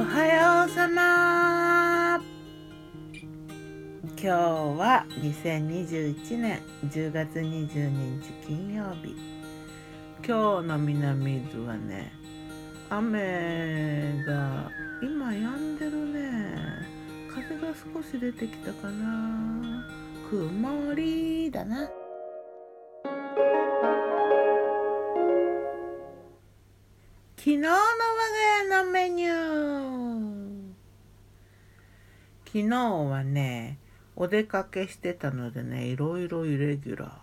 はようさま。今日は2021年10月22日金曜日。今日の南伊豆はね、雨が今止んでるね。風が少し出てきたかな。曇りだな。昨日の我が家のメニュー。昨日はね、お出かけしてたのでね、いろいろイレギュラ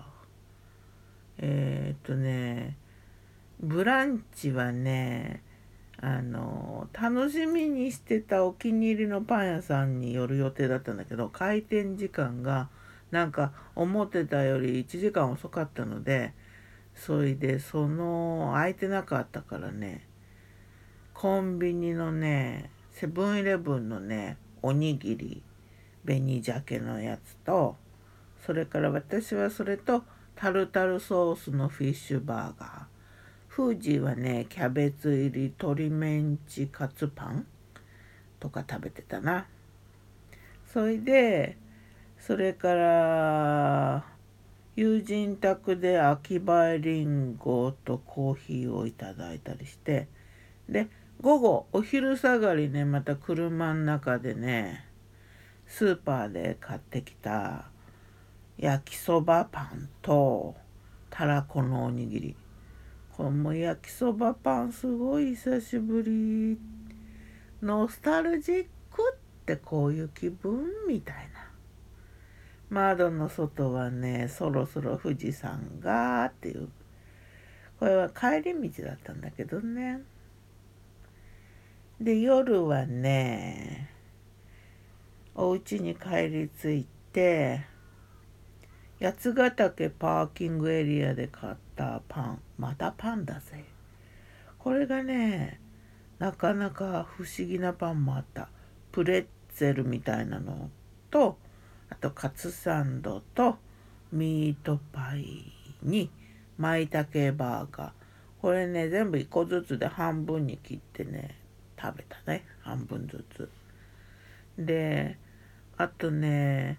ー。ブランチはね、楽しみにしてたお気に入りのパン屋さんに寄る予定だったんだけど、開店時間がなんか思ってたより1時間遅かったので、それで空いてなかったからね、コンビニのね、セブンイレブンのね、おにぎり、紅鮭のやつと、それから私はそれとタルタルソースのフィッシュバーガー。フージーはね、キャベツ入り鶏メンチカツパンとか食べてたな。それから友人宅で秋葉えりんごとコーヒーをいただいたりして、で午後お昼下がりね、また車の中でね、スーパーで買ってきた焼きそばパンとたらこのおにぎり。これも焼きそばパンすごい久しぶり。ノスタルジックってこういう気分みたいな。窓の外はね、そろそろ富士山がっていう。これは帰り道だったんだけどね。で、夜はね、お家に帰り着いて、八ヶ岳パーキングエリアで買ったパン。またパンだぜ。これがね、なかなか不思議なパンもあった。プレッツェルみたいなのと、あとカツサンドとミートパイに舞茸バーガー。これね、全部1個ずつで半分に切ってね、食べたね。半分ずつ。で、あとね、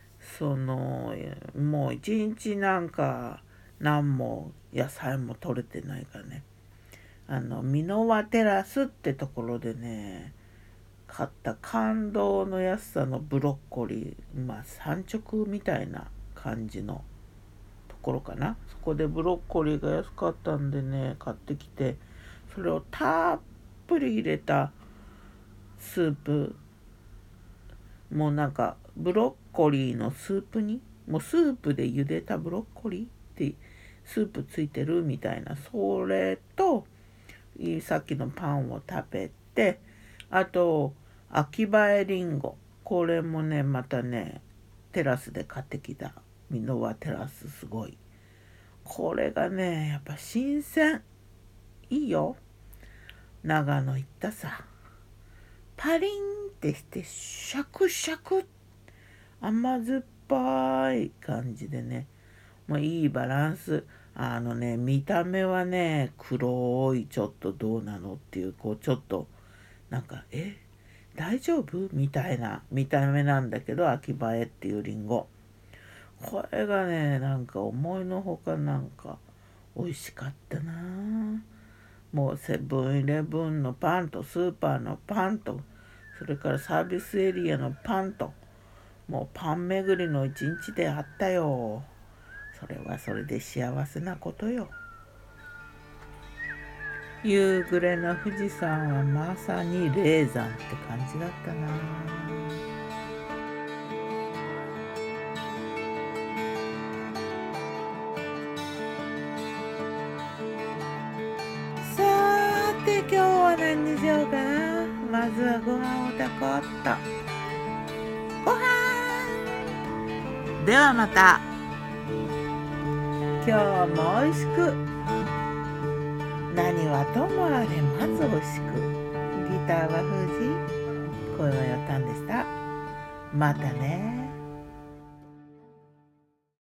もう一日なんか何も野菜も取れてないからね、ミノワテラスってところでね、買った感動の安さのブロッコリー、産直みたいな感じのところかな。そこでブロッコリーが安かったんでね、買ってきて、それをたっぷり入れたスープ、もうなんかブロッコリーのスープに、もうスープで茹でたブロッコリーってスープついてるみたいな、それとさっきのパンを食べて、あと秋葉えりんご、これもねまたねテラスで買ってきた。ミノワテラスすごい、これがねやっぱ新鮮、いいよ。長野行ったさ。パリンってしてシャクシャク、甘酸っぱい感じでね、もういいバランス。見た目はね、黒いちょっとどうなのっていう、ちょっとなんか大丈夫みたいな見た目なんだけど、秋葉えっていうリンゴ、これがねなんか思いのほかなんか美味しかったな。もうセブンイレブンのパンとスーパーのパンと、それからサービスエリアのパンと、もうパン巡りの一日であったよ。それはそれで幸せなことよ。夕暮れの富士山はまさに霊山って感じだったな。さて今日は何にしようかな。まずはご飯を炊こうっと。ご飯ではまた。今日も美味しく、何はともあれまず美味しく。ギターは藤井、声はよたんでした。またね。